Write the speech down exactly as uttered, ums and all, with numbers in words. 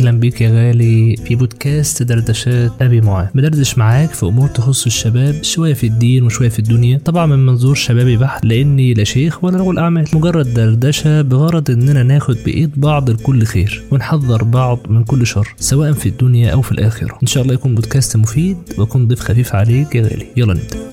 أهلا بيك يا غالي في بودكاست دردشات أبي معاذ. بدردش معاك في أمور تخص الشباب، شوية في الدين وشوية في الدنيا، طبعا من منظور شبابي بحت، لأني لا شيخ ولا رجل أعمال، مجرد دردشة بغرض إننا ناخد بإيد بعض لكل خير ونحذر بعض من كل شر، سواء في الدنيا أو في الآخرة. إن شاء الله يكون بودكاست مفيد ويكون ضيف خفيف عليك يا غالي. يلا نبدأ.